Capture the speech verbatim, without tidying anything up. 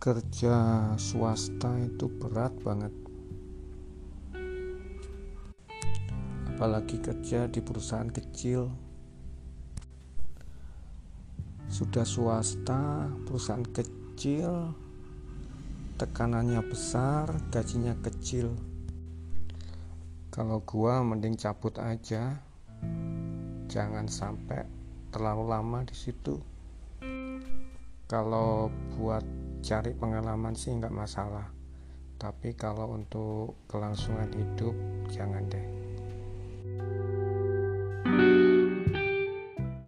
Kerja swasta itu berat banget, apalagi kerja di perusahaan kecil. Sudah swasta, perusahaan kecil, tekanannya besar, gajinya kecil. Kalau gua mending cabut aja, jangan sampai terlalu lama di situ. Kalau buat cari pengalaman sih nggak masalah, tapi kalau untuk kelangsungan hidup jangan deh.